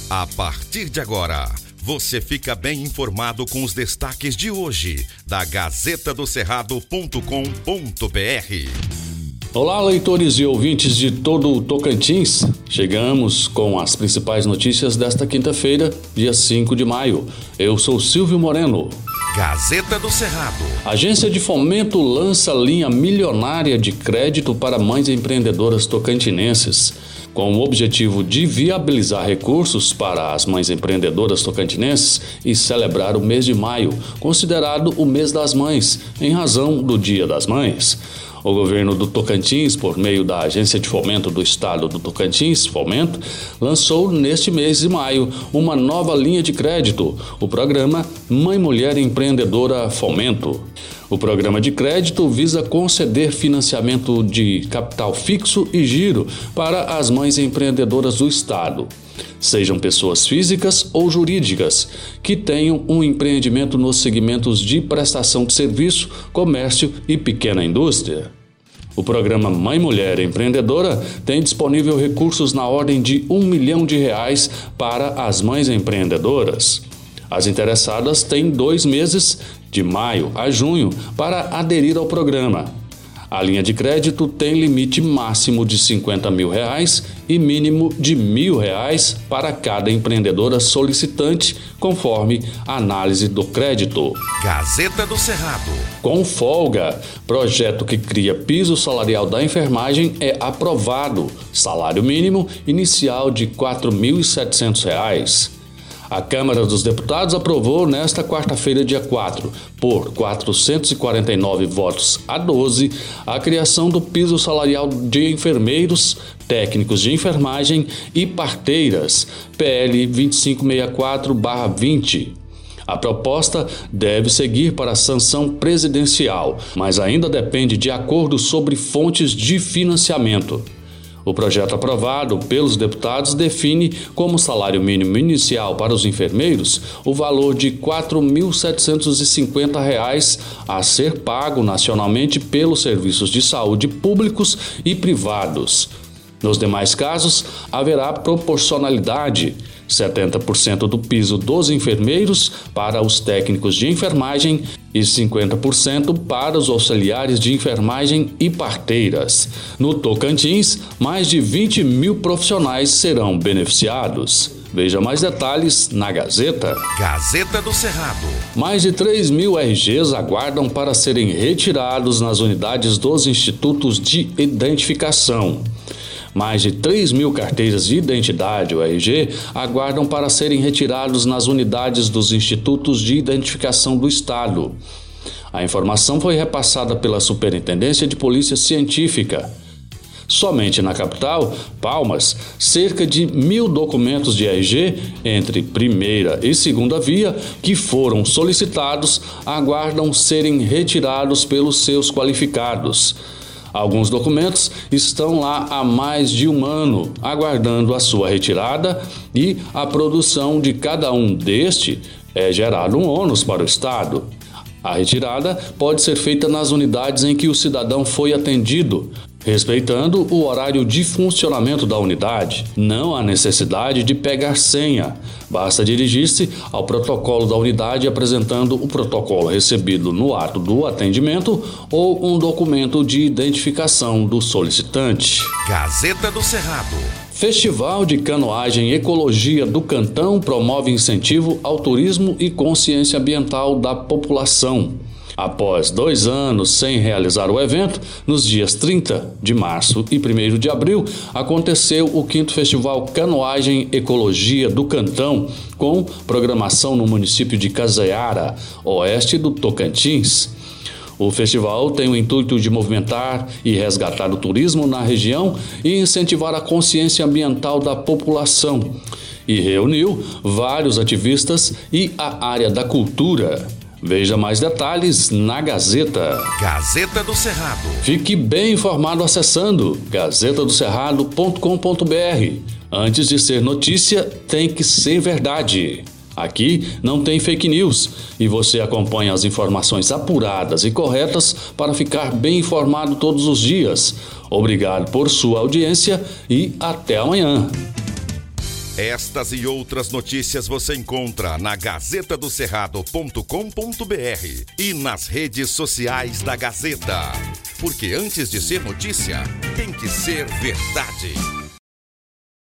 A partir de agora, você fica bem informado com os destaques de hoje da GazetaDoCerrado.com.br. Olá, leitores e ouvintes de todo o Tocantins. Chegamos com as principais notícias desta quinta-feira, dia 5 de maio. Eu sou Silvio Moreno. Gazeta do Cerrado. Agência de Fomento lança linha milionária de crédito para mães empreendedoras tocantinenses. Com o objetivo de viabilizar recursos para as mães empreendedoras tocantinenses e celebrar o mês de maio, considerado o mês das mães, em razão do Dia das Mães. O governo do Tocantins, por meio da Agência de Fomento do Estado do Tocantins, Fomento, lançou neste mês de maio uma nova linha de crédito, o programa Mãe Mulher Empreendedora Fomento. O programa de crédito visa conceder financiamento de capital fixo e giro para as mães empreendedoras do Estado, sejam pessoas físicas ou jurídicas, que tenham um empreendimento nos segmentos de prestação de serviço, comércio e pequena indústria. O programa Mãe Mulher Empreendedora tem disponível recursos na ordem de R$1 milhão para as mães empreendedoras. As interessadas têm 2 meses, de maio a junho, para aderir ao programa. A linha de crédito tem limite máximo de R$50 mil e mínimo de R$1.000 para cada empreendedora solicitante, conforme a análise do crédito. Gazeta do Cerrado. Com folga, projeto que cria piso salarial da enfermagem é aprovado. Salário mínimo inicial de R$ 4.700. A Câmara dos Deputados aprovou nesta quarta-feira, dia 4, por 449 votos a 12, a criação do piso salarial de enfermeiros, técnicos de enfermagem e parteiras, PL 2564/20. A proposta deve seguir para a sanção presidencial, mas ainda depende de acordo sobre fontes de financiamento. O projeto aprovado pelos deputados define como salário mínimo inicial para os enfermeiros o valor de R$ 4.750 a ser pago nacionalmente pelos serviços de saúde públicos e privados. Nos demais casos, haverá proporcionalidade: 70% do piso dos enfermeiros para os técnicos de enfermagem e 50% para os auxiliares de enfermagem e parteiras. No Tocantins, mais de 20 mil profissionais serão beneficiados. Veja mais detalhes na Gazeta. Gazeta do Cerrado. Mais de 3 mil RGs aguardam para serem retirados nas unidades dos institutos de identificação. Mais de 3 mil carteiras de identidade, o RG, aguardam para serem retirados nas unidades dos Institutos de Identificação do Estado. A informação foi repassada pela Superintendência de Polícia Científica. Somente na capital, Palmas, cerca de 1.000 documentos de RG, entre primeira e segunda via, que foram solicitados, aguardam serem retirados pelos seus qualificados. Alguns documentos estão lá há mais de 1 ano, aguardando a sua retirada, e a produção de cada um deste é gerado um ônus para o Estado. A retirada pode ser feita nas unidades em que o cidadão foi atendido, respeitando o horário de funcionamento da unidade. Não há necessidade de pegar senha. Basta dirigir-se ao protocolo da unidade apresentando o protocolo recebido no ato do atendimento ou um documento de identificação do solicitante. Gazeta do Cerrado. Festival de Canoagem Ecologia do Cantão promove incentivo ao turismo e consciência ambiental da população. Após 2 anos sem realizar o evento, nos dias 30 de março e 1º de abril, aconteceu o 5º Festival Canoagem Ecologia do Cantão, com programação no município de Caseara, oeste do Tocantins. O festival tem o intuito de movimentar e resgatar o turismo na região e incentivar a consciência ambiental da população, e reuniu vários ativistas e a área da cultura. Veja mais detalhes na Gazeta. Gazeta do Cerrado. Fique bem informado acessando gazetadocerrado.com.br. Antes de ser notícia, tem que ser verdade. Aqui não tem fake news e você acompanha as informações apuradas e corretas para ficar bem informado todos os dias. Obrigado por sua audiência e até amanhã. Estas e outras notícias você encontra na gazetadocerrado.com.br e nas redes sociais da Gazeta. Porque antes de ser notícia, tem que ser verdade.